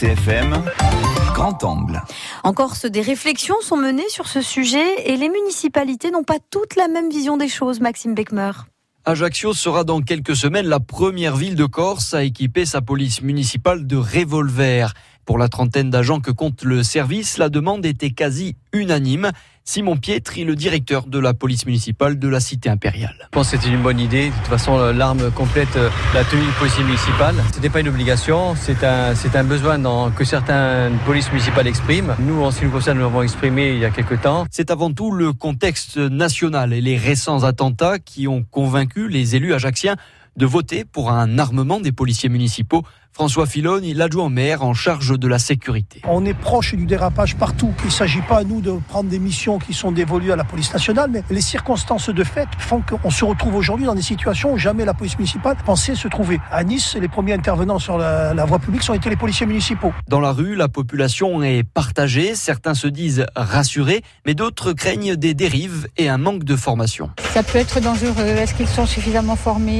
RCFM, Grand Angle. En Corse, des réflexions sont menées sur ce sujet et les municipalités n'ont pas toutes la même vision des choses, Maxime Beckmer. Ajaccio sera dans quelques semaines la première ville de Corse à équiper sa police municipale de revolvers. Pour la trentaine d'agents que compte le service, la demande était quasi unanime. Simon Pietri, le directeur de la police municipale de la cité impériale. Je pense que c'était une bonne idée. De toute façon, l'arme complète la tenue du policier municipal. Ce n'était pas une obligation, c'est un besoin que certaines polices municipales expriment. Nous, en ce qui nous concerne, nous l'avons exprimé il y a quelques temps. C'est avant tout le contexte national et les récents attentats qui ont convaincu les élus ajacciens de voter pour un armement des policiers municipaux. François Filoni, l'adjoint au maire en charge de la sécurité. On est proche du dérapage partout. Il ne s'agit pas à nous de prendre des missions qui sont dévolues à la police nationale, mais les circonstances de fait font qu'on se retrouve aujourd'hui dans des situations où jamais la police municipale pensait se trouver. À Nice, les premiers intervenants sur la voie publique ont été les policiers municipaux. Dans la rue, la population est partagée. Certains se disent rassurés, mais d'autres craignent des dérives et un manque de formation. Ça peut être dangereux. Est-ce qu'ils sont suffisamment formés ?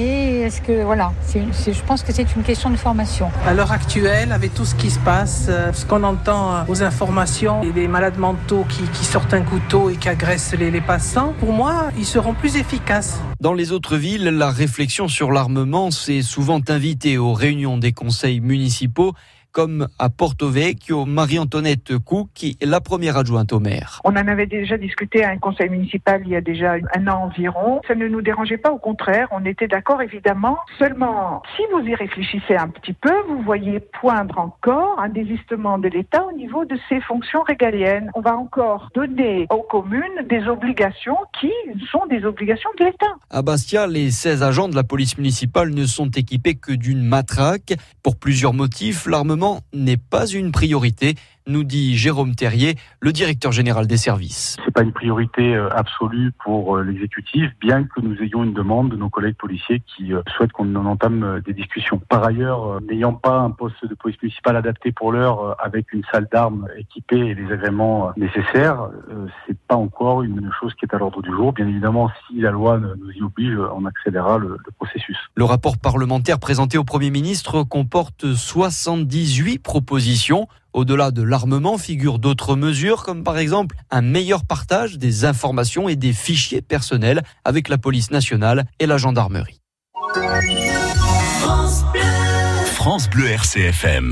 Je pense que c'est une question de formation. À l'heure actuelle, avec tout ce qui se passe, ce qu'on entend aux informations, et des malades mentaux qui sortent un couteau et qui agressent les passants, pour moi, ils seront plus efficaces. Dans les autres villes, la réflexion sur l'armement s'est souvent invitée aux réunions des conseils municipaux, comme à Porto Vecchio, Marie-Antoinette Cook, qui est la première adjointe au maire. On en avait déjà discuté à un conseil municipal il y a déjà un an environ. Ça ne nous dérangeait pas, au contraire, on était d'accord évidemment. Seulement, si vous y réfléchissez un petit peu, vous voyez poindre encore un désistement de l'État au niveau de ses fonctions régaliennes. On va encore donner aux communes des obligations qui sont des obligations de l'État. À Bastia, les 16 agents de la police municipale ne sont équipés que d'une matraque. Pour plusieurs motifs, l'armement n'est pas une priorité, nous dit Jérôme Terrier, le directeur général des services. C'est pas une priorité absolue pour l'exécutif, bien que nous ayons une demande de nos collègues policiers qui souhaitent qu'on en entame des discussions. Par ailleurs, n'ayant pas un poste de police municipale adapté pour l'heure, avec une salle d'armes équipée et les agréments nécessaires, c'est pas encore une chose qui est à l'ordre du jour. Bien évidemment, si la loi nous y oblige, on accélérera le processus. Le rapport parlementaire présenté au Premier ministre comporte 78 propositions. Au-delà de l'armement figurent d'autres mesures, comme par exemple un meilleur partage des informations et des fichiers personnels avec la police nationale et la gendarmerie. France Bleu RCFM.